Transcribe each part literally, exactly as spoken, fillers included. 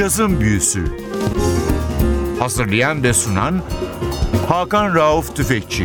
Cazın Büyüsü. Hazırlayan ve sunan Hakan Rauf Tüfekçi.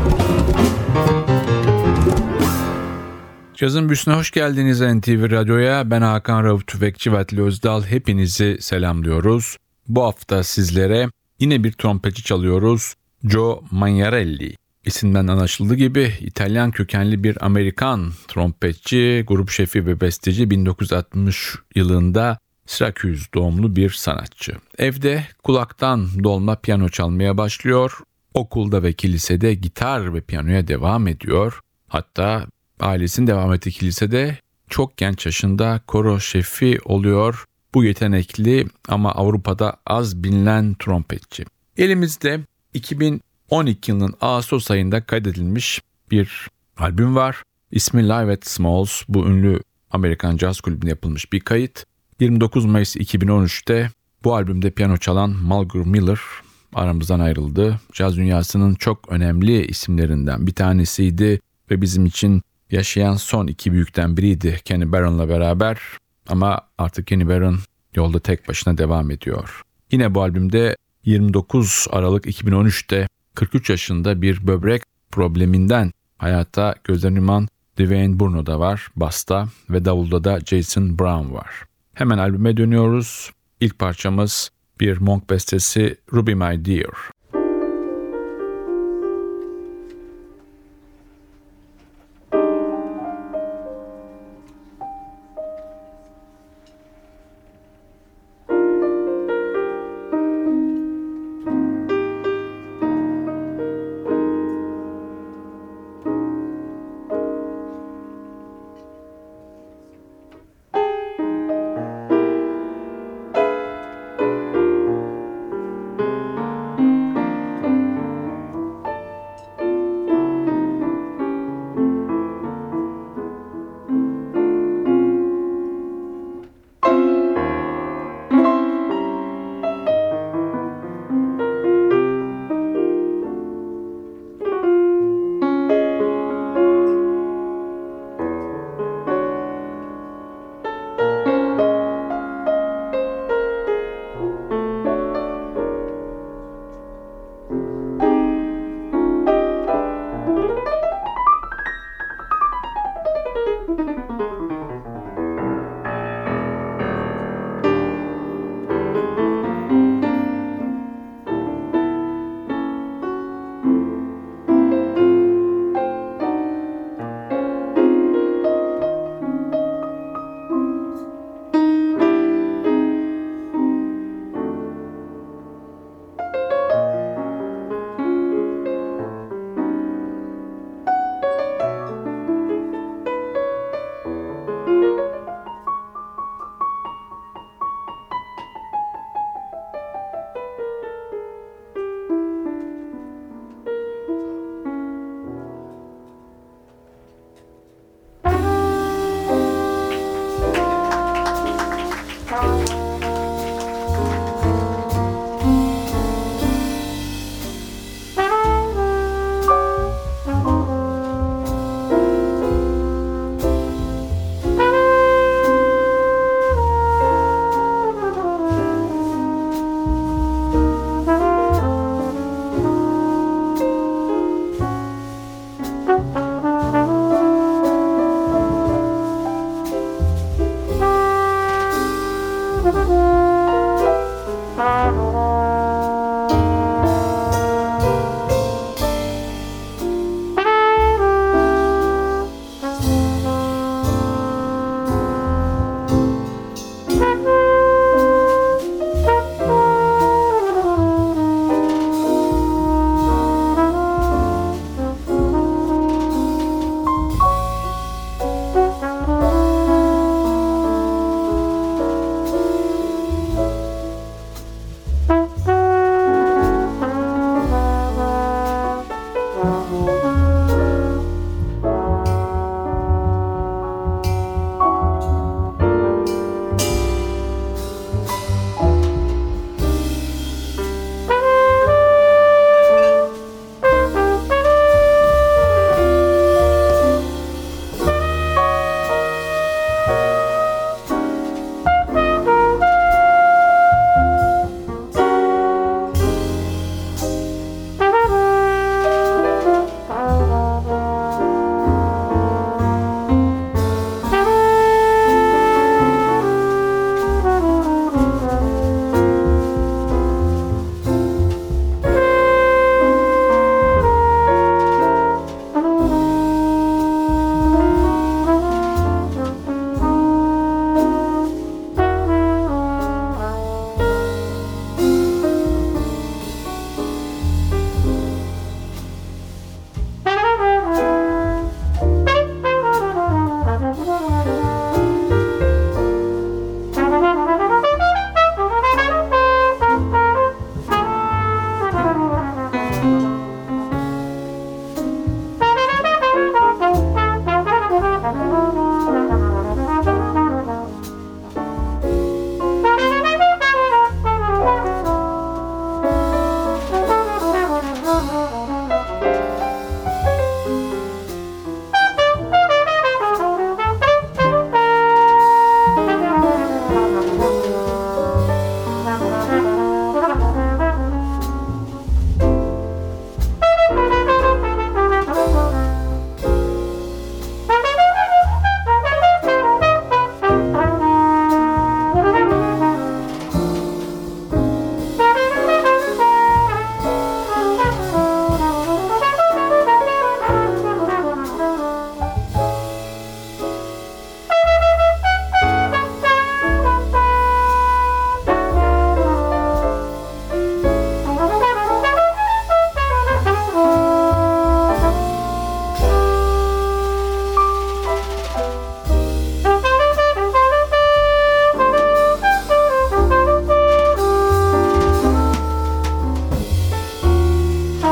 Cazın Büyüsü'ne hoş geldiniz N T V Radyo'ya. Ben Hakan Rauf Tüfekçi ve Atli Özdal. Hepinizi selamlıyoruz. Bu hafta sizlere yine bir trompetçi çalıyoruz. Joe Magnarelli. İsimden anlaşıldığı gibi İtalyan kökenli bir Amerikan trompetçi, grup şefi ve besteci. bin dokuz yüz altmış yılında Syracuse doğumlu bir sanatçı. Evde kulaktan dolma piyano çalmaya başlıyor. Okulda ve kilisede gitar ve piyanoya devam ediyor. Hatta ailesinin devam ettiği kilisede çok genç yaşında koro şefi oluyor. Bu yetenekli ama Avrupa'da az bilinen trompetçi. Elimizde iki bin on iki yılının Ağustos ayında kaydedilmiş bir albüm var. İsmi Live at Smalls. Bu ünlü Amerikan Caz Kulübü'nde yapılmış bir kayıt. yirmi dokuz Mayıs iki bin on üçte bu albümde piyano çalan Mulgrew Miller aramızdan ayrıldı. Caz dünyasının çok önemli isimlerinden bir tanesiydi ve bizim için yaşayan son iki büyükten biriydi Kenny Barron'la beraber, ama artık Kenny Barron yolda tek başına devam ediyor. Yine bu albümde yirmi dokuz Aralık iki bin on üçte kırk üç yaşında bir böbrek probleminden hayata gözlerini yuman Dwayne Bruno da var basta ve davulda da Jason Brown var. Hemen albüme dönüyoruz. İlk parçamız bir Monk bestesi, Ruby My Dear.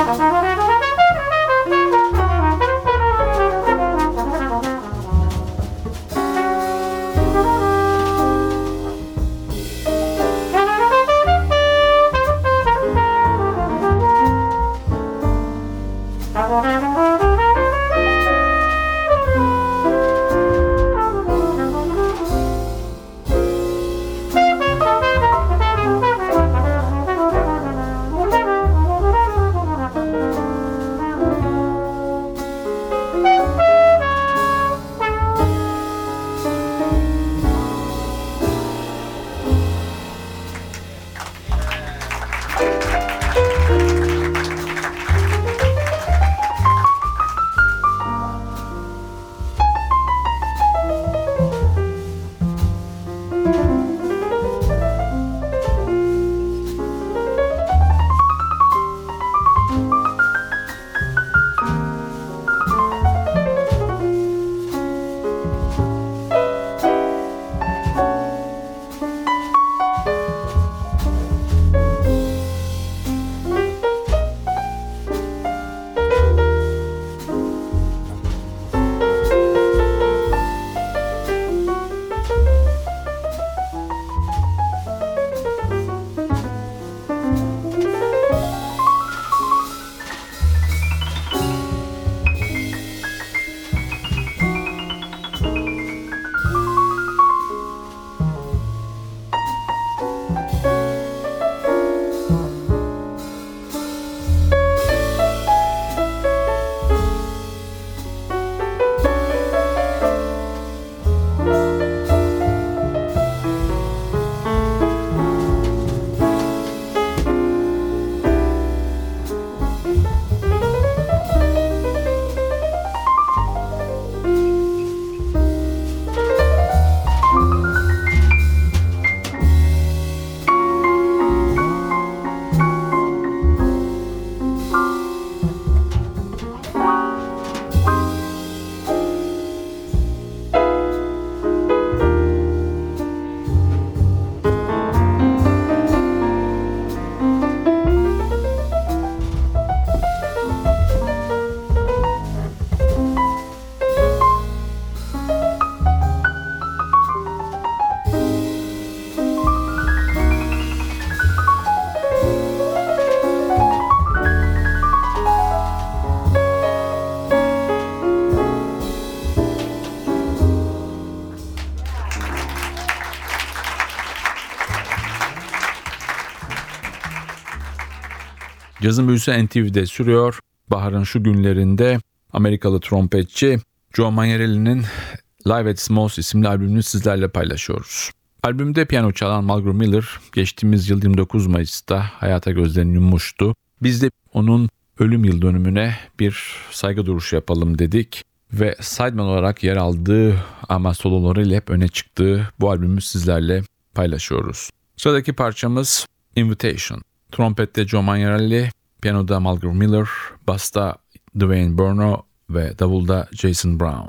Cazın büyüsü N T V'de sürüyor. Baharın şu günlerinde Amerikalı trompetçi Joe Manganiello'nun Live at Smalls isimli albümünü sizlerle paylaşıyoruz. Albümde piyano çalan Mulgrew Miller geçtiğimiz yıl yirmi dokuz Mayıs'ta hayata gözlerini yummuştu. Biz de onun ölüm yıl dönümüne bir saygı duruşu yapalım dedik ve sideman olarak yer aldığı ama sololarıyla hep öne çıktığı bu albümü sizlerle paylaşıyoruz. Sıradaki parçamız Invitation. Trompette Joe Manganiello, piyanoda Mulgrew Miller, basta Dwayne Burno ve davulda Jason Brown.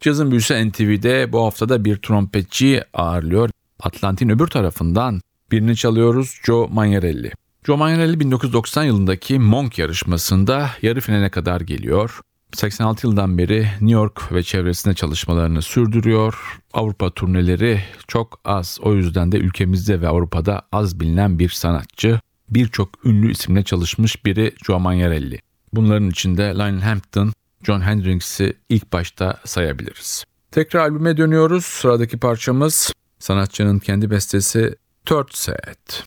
Cazın Büyüsü N T V'de bu haftada bir trompetçi ağırlıyor. Atlantin öbür tarafından birini çalıyoruz, Joe Magnarelli. Joe Magnarelli bin dokuz yüz doksan yılındaki Monk yarışmasında yarı finale kadar geliyor. seksen altı yıldan beri New York ve çevresinde çalışmalarını sürdürüyor. Avrupa turneleri çok az, o yüzden de ülkemizde ve Avrupa'da az bilinen bir sanatçı. Birçok ünlü isimle çalışmış biri Joe Magnarelli. Bunların içinde Lionel Hampton, John Hendrix'i ilk başta sayabiliriz. Tekrar albüme dönüyoruz. Sıradaki parçamız sanatçının kendi bestesi Third Set.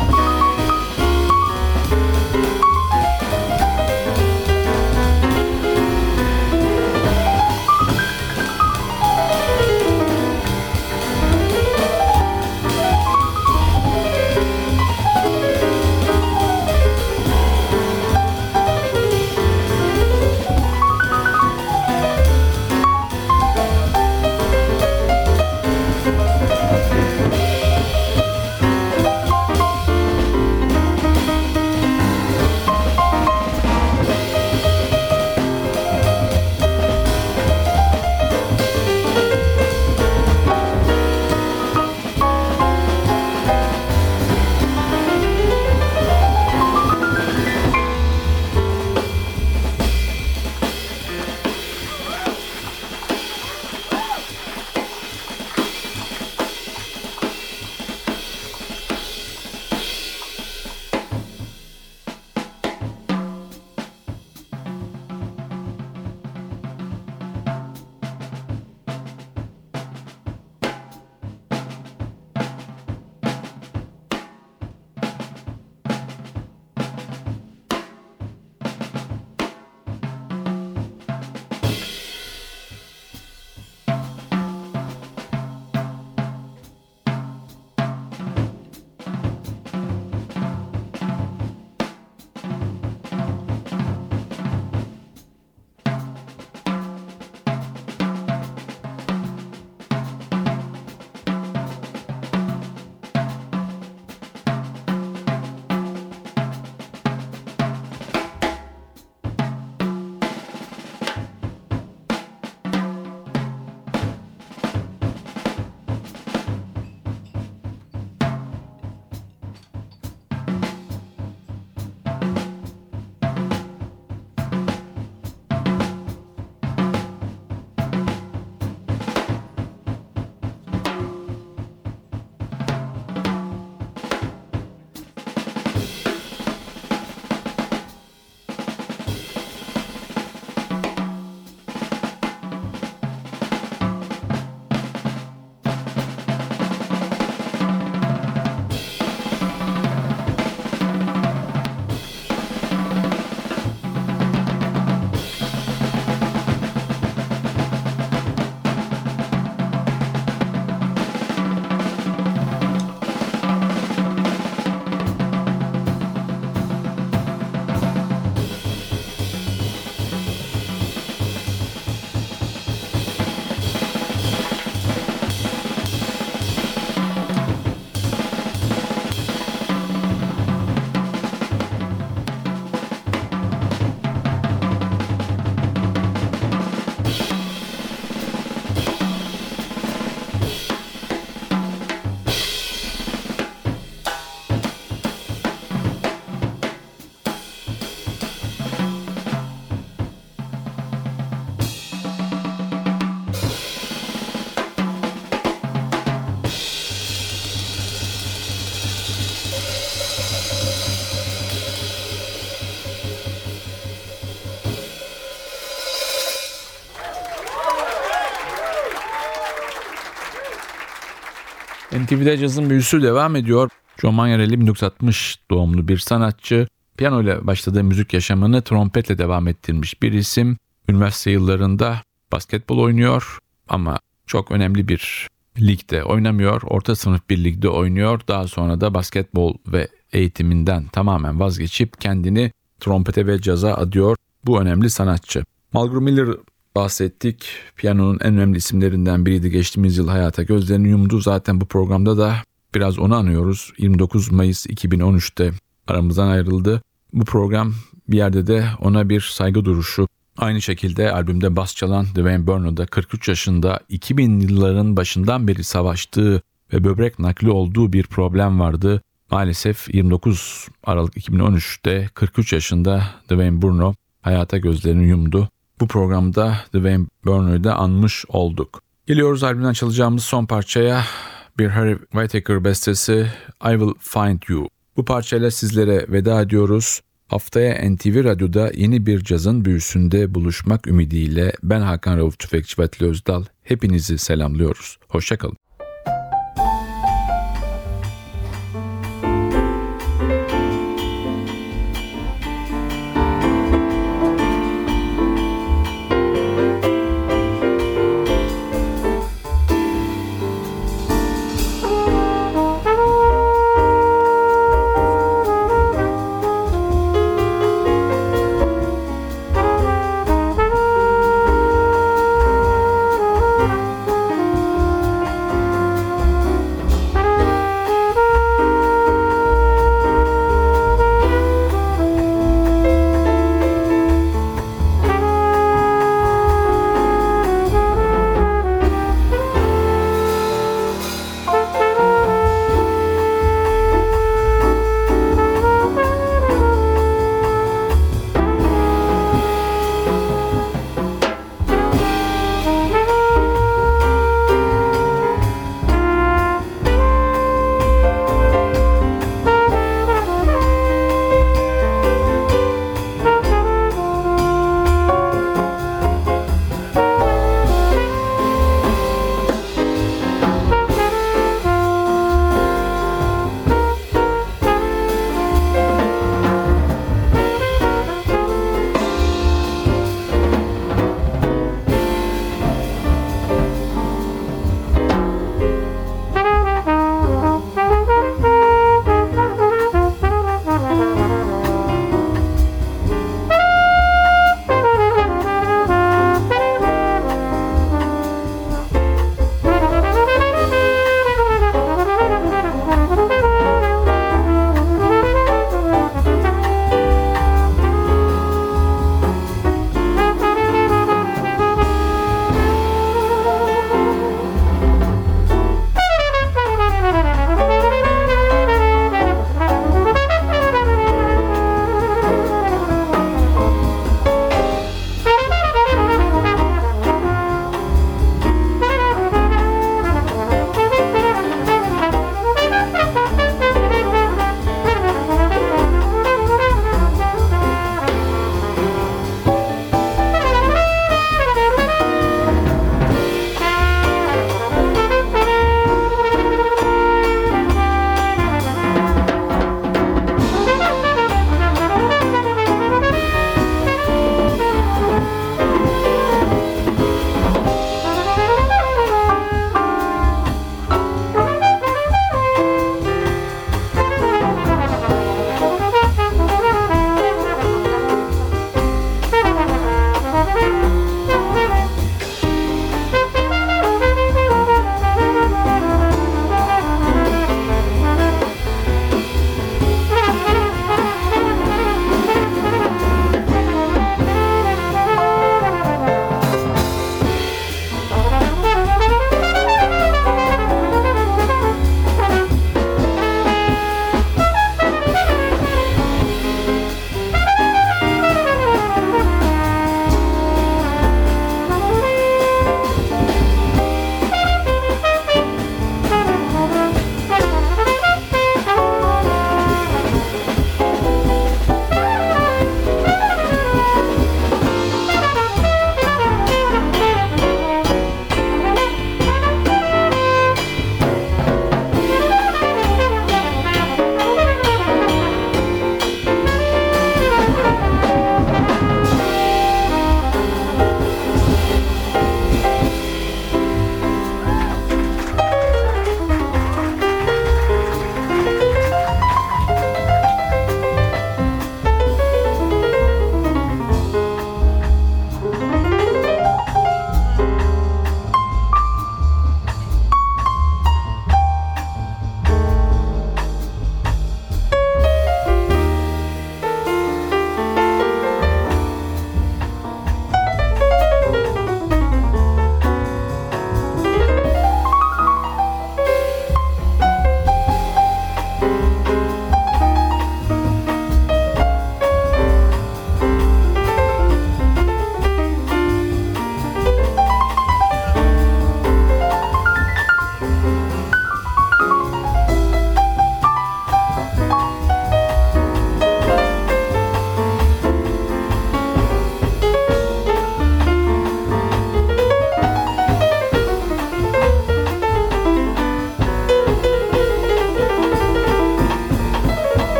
N T V'de cazın büyüsü devam ediyor. Joe Magnarelli bin dokuz yüz altmış doğumlu bir sanatçı. Piyano ile başladığı müzik yaşamını trompetle devam ettirmiş bir isim. Üniversite yıllarında basketbol oynuyor ama çok önemli bir ligde oynamıyor. Orta sınıf bir ligde oynuyor. Daha sonra da basketbol ve eğitiminden tamamen vazgeçip kendini trompete ve caza adıyor bu önemli sanatçı. Mulgrew Miller bahsettik. Piyanonun en önemli isimlerinden biriydi. Geçtiğimiz yıl hayata gözlerini yumdu. Zaten bu programda da biraz onu anıyoruz. yirmi dokuz Mayıs iki bin on üçte aramızdan ayrıldı. Bu program bir yerde de ona bir saygı duruşu. Aynı şekilde albümde bas çalan Dwayne Burnell'da kırk üç yaşında iki bin yılların başından beri savaştığı ve böbrek nakli olduğu bir problem vardı. Maalesef yirmi dokuz Aralık iki bin on üçte kırk üç yaşında Dwayne Burnell hayata gözlerini yumdu. Bu programda Dwayne Burnell'ı da anmış olduk. Geliyoruz albümden çalacağımız son parçaya. Bir Harry Whittaker bestesi I Will Find You. Bu parçayla sizlere veda ediyoruz. Haftaya N T V Radyo'da yeni bir cazın büyüsünde buluşmak ümidiyle ben Hakan Rauf Tüfekçi ve Atli Özdal. Hepinizi selamlıyoruz. Hoşça kalın.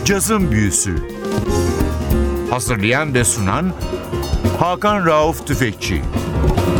Cazın Büyüsü. Hazırlayan ve sunan Hakan Rauf Tüfekçi.